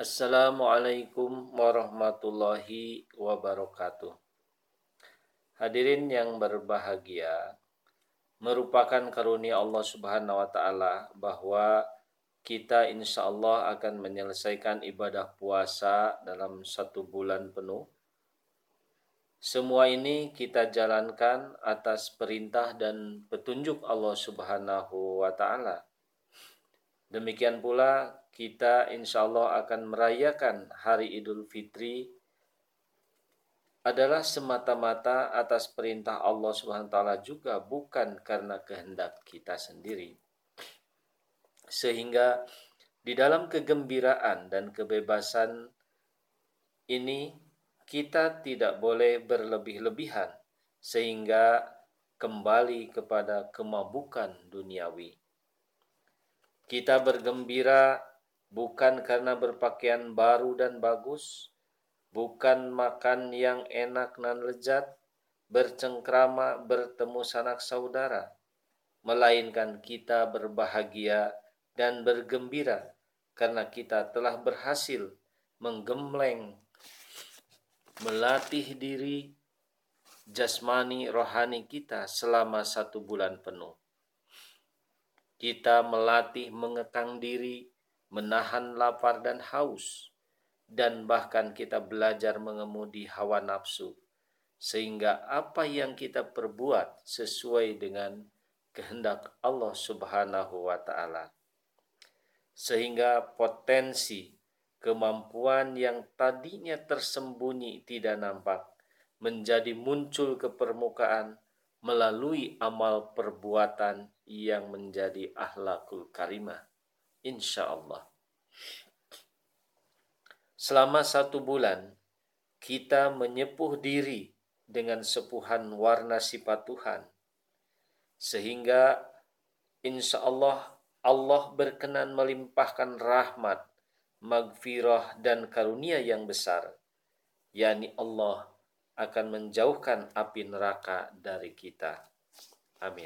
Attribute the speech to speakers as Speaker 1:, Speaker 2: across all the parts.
Speaker 1: Assalamualaikum warahmatullahi wabarakatuh. Hadirin yang berbahagia, merupakan karunia Allah Subhanahu wa taala bahwa kita insya Allah akan menyelesaikan ibadah puasa dalam 1 bulan penuh. Semua ini kita jalankan atas perintah dan petunjuk Allah Subhanahu wa taala. Demikian pula kita insya Allah akan merayakan hari Idul Fitri adalah semata-mata atas perintah Allah Subhanahu wa taala juga, bukan karena kehendak kita sendiri. Sehingga di dalam kegembiraan dan kebebasan ini kita tidak boleh berlebih-lebihan sehingga kembali kepada kemabukan duniawi. Kita bergembira bukan karena berpakaian baru dan bagus, bukan makan yang enak dan lezat, bercengkrama, bertemu sanak saudara, melainkan kita berbahagia dan bergembira karena kita telah berhasil menggembleng, melatih diri jasmani rohani kita selama 1 bulan penuh. Kita melatih mengekang diri, menahan lapar dan haus, dan bahkan kita belajar mengemudi hawa nafsu, sehingga apa yang kita perbuat sesuai dengan kehendak Allah Subhanahu wa taala. Sehingga potensi kemampuan yang tadinya tersembunyi tidak nampak menjadi muncul ke permukaan melalui amal perbuatan yang menjadi akhlakul karimah, insya Allah. Selama 1 bulan kita menyepuh diri dengan sepuhan warna sifat Tuhan, sehingga insya Allah Allah berkenan melimpahkan rahmat, magfirah dan karunia yang besar, yakni Allah akan menjauhkan api neraka dari kita. Amin.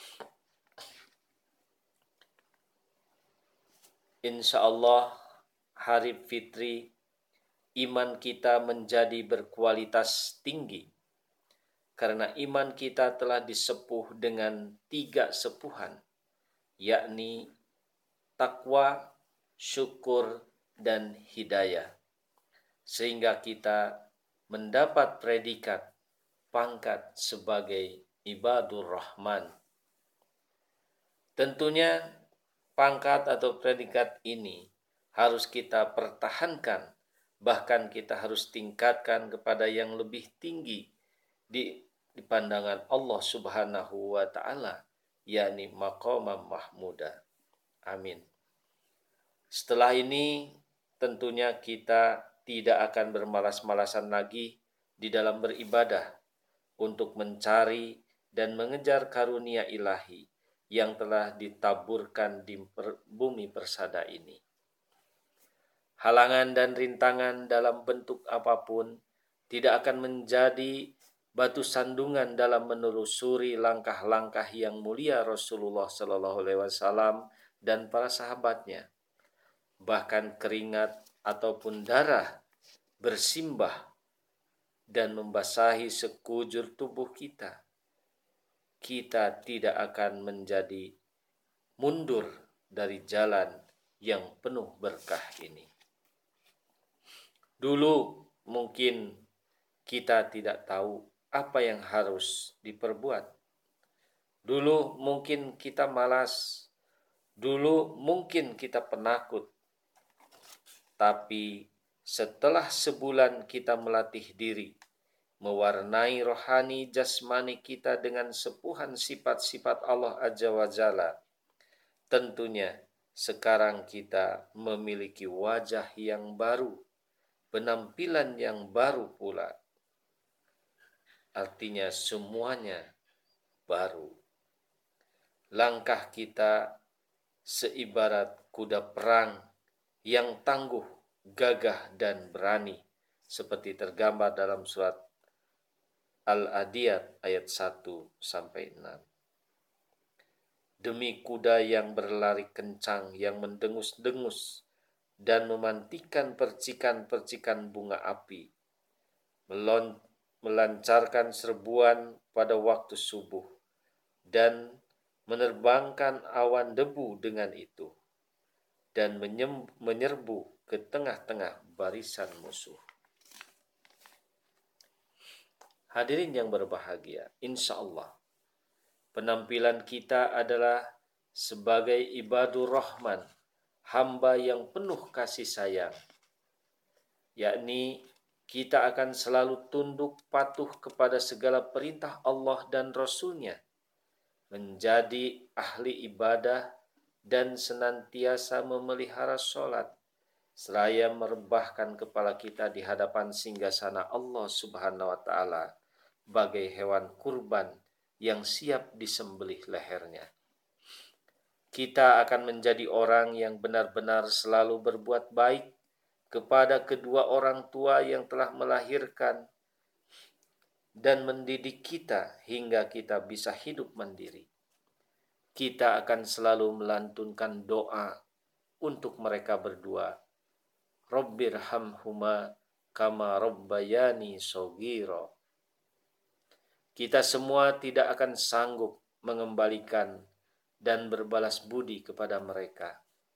Speaker 1: Insya Allah hari fitri iman kita menjadi berkualitas tinggi karena iman kita telah disepuh dengan 3 sepuhan, yakni takwa, syukur, dan hidayah, sehingga kita mendapat predikat pangkat sebagai ibadur rahman. Tentunya pangkat atau predikat ini harus kita pertahankan, bahkan kita harus tingkatkan kepada yang lebih tinggi di pandangan Allah Subhanahu wa taala, yakni maqamam mahmuda. Amin. Setelah ini tentunya kita tidak akan bermalas-malasan lagi di dalam beribadah untuk mencari dan mengejar karunia ilahi yang telah ditaburkan di bumi persada ini. Halangan dan rintangan dalam bentuk apapun tidak akan menjadi batu sandungan dalam menelusuri langkah-langkah yang mulia Rasulullah SAW dan para sahabatnya. Bahkan keringat ataupun darah bersimbah dan membasahi sekujur tubuh kita, kita tidak akan menjadi mundur dari jalan yang penuh berkah ini. Dulu mungkin kita tidak tahu apa yang harus diperbuat. Dulu mungkin kita malas. Dulu mungkin kita penakut. Tapi setelah sebulan kita melatih diri, mewarnai rohani jasmani kita dengan sepuhan sifat-sifat Allah Azza wa Jalla, tentunya sekarang kita memiliki wajah yang baru, penampilan yang baru pula. Artinya semuanya baru. Langkah kita seibarat kuda perang yang tangguh, gagah dan berani, seperti tergambar dalam surat Al-Adiyat ayat 1-6. Demi kuda yang berlari kencang, yang mendengus-dengus dan memantikan percikan-percikan bunga api, melancarkan serbuan pada waktu subuh, dan menerbangkan awan debu dengan itu, dan menyerbu ke tengah-tengah barisan musuh. Hadirin yang berbahagia, insya Allah penampilan kita adalah sebagai ibadur rahman, hamba yang penuh kasih sayang, yakni kita akan selalu tunduk patuh kepada segala perintah Allah dan Rasul-Nya, menjadi ahli ibadah dan senantiasa memelihara sholat, seraya merebahkan kepala kita di hadapan singgasana Allah Subhanahu wa Ta'ala bagai hewan kurban yang siap disembelih lehernya. Kita akan menjadi orang yang benar-benar selalu berbuat baik kepada kedua orang tua yang telah melahirkan dan mendidik kita hingga kita bisa hidup mandiri. Kita akan selalu melantunkan doa untuk mereka berdua. Rabbirhamhuma kama rabbayani shaghira. Kita semua tidak akan sanggup mengembalikan dan berbalas budi kepada mereka.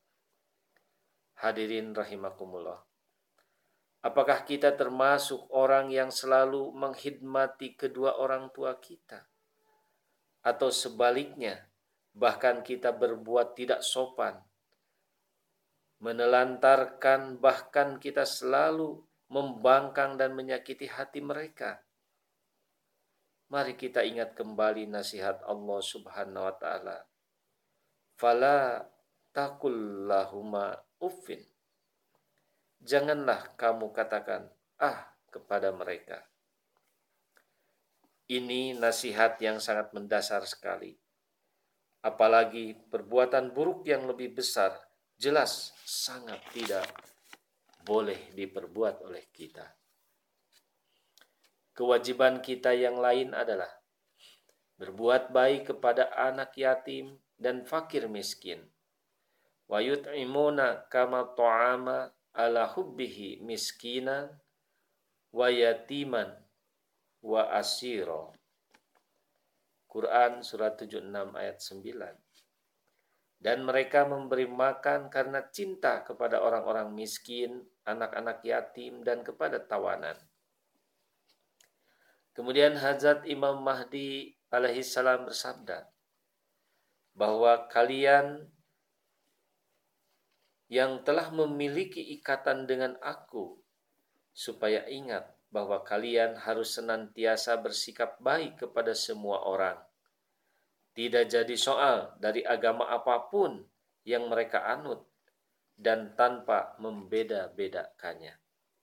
Speaker 1: Hadirin rahimakumullah. Apakah kita termasuk orang yang selalu mengkhidmati kedua orang tua kita? Atau sebaliknya, bahkan kita berbuat tidak sopan, menelantarkan, bahkan kita selalu membangkang dan menyakiti hati mereka? Mari kita ingat kembali nasihat Allah Subhanahu wa Ta'ala. Fala taqul lahuma uffin. Janganlah kamu katakan kepada mereka. Ini nasihat yang sangat mendasar sekali. Apalagi perbuatan buruk yang lebih besar jelas sangat tidak boleh diperbuat oleh kita. Kewajiban kita yang lain adalah berbuat baik kepada anak yatim dan fakir miskin. Wa yut'imuna kama ta'ama ala hubbihi miskinan wa yatiman wa asiro. Quran surat 76 ayat 9. Dan mereka memberi makan karena cinta kepada orang-orang miskin, anak-anak yatim, dan kepada tawanan. Kemudian Hazrat Imam Mahdi alaihissalam bersabda bahwa kalian yang telah memiliki ikatan dengan aku, supaya ingat bahwa kalian harus senantiasa bersikap baik kepada semua orang. Tidak jadi soal dari agama apapun yang mereka anut dan tanpa membeda-bedakannya.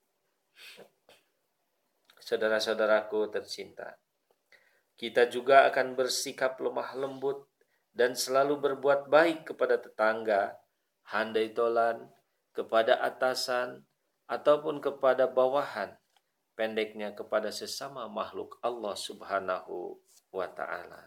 Speaker 1: Saudara-saudaraku tercinta, kita juga akan bersikap lemah lembut dan selalu berbuat baik kepada tetangga, handai tolan, kepada atasan, ataupun kepada bawahan, pendeknya kepada sesama makhluk Allah Subhanahu wa Ta'ala.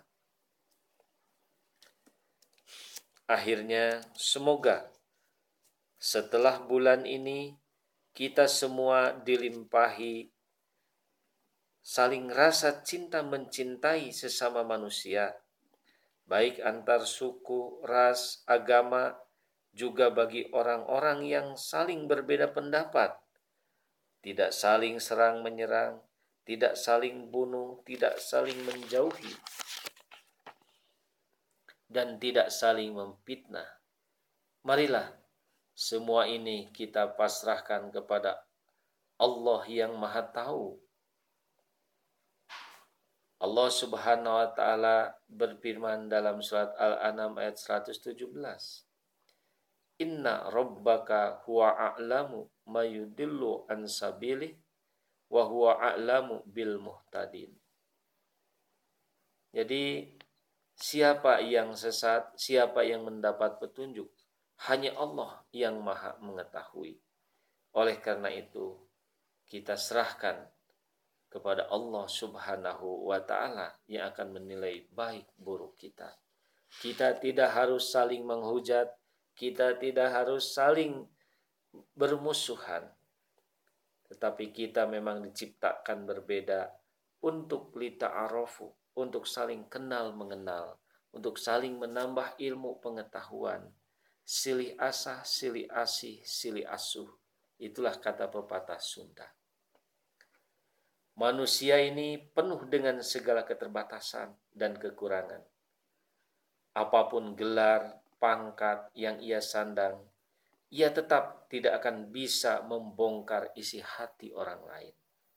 Speaker 1: Akhirnya, semoga setelah bulan ini kita semua dilimpahi saling rasa cinta mencintai sesama manusia, baik antar suku, ras, agama, juga bagi orang-orang yang saling berbeda pendapat. Tidak saling serang menyerang, tidak saling bunuh, tidak saling menjauhi, dan tidak saling memfitnah. Marilah semua ini kita pasrahkan kepada Allah yang Maha Tahu. Allah Subhanahu wa Ta'ala berfirman dalam surat Al-An'am ayat 117. Inna rabbaka huwa a'lamu mayudillu an sabilih wa huwa a'lamu bil muhtadin. Jadi siapa yang sesat, siapa yang mendapat petunjuk, hanya Allah yang Maha mengetahui. Oleh karena itu, kita serahkan kepada Allah Subhanahu wa Ta'ala yang akan menilai baik buruk kita. Kita tidak harus saling menghujat, kita tidak harus saling bermusuhan, tetapi kita memang diciptakan berbeda untuk lita'arofu, untuk saling kenal mengenal, untuk saling menambah ilmu pengetahuan. Silih asah, silih asih, silih asuh. Itulah kata pepatah Sunda. Manusia ini penuh dengan segala keterbatasan dan kekurangan. Apapun gelar, pangkat yang ia sandang, ia tetap tidak akan bisa membongkar isi hati orang lain.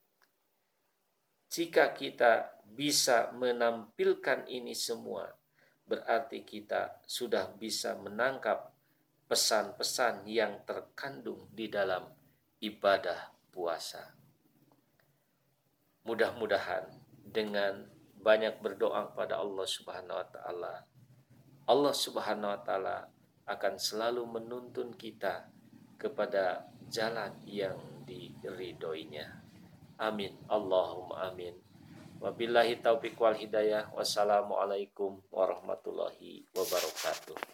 Speaker 1: Jika kita bisa menampilkan ini semua, berarti kita sudah bisa menangkap pesan-pesan yang terkandung di dalam ibadah puasa. Mudah-mudahan dengan banyak berdoa kepada Allah Subhanahu wa taala, Allah Subhanahu wa taala akan selalu menuntun kita kepada jalan yang diridhoinya. Amin. Allahumma amin. Wabillahi taufiq wal hidayah. Wassalamualaikum warahmatullahi wabarakatuh.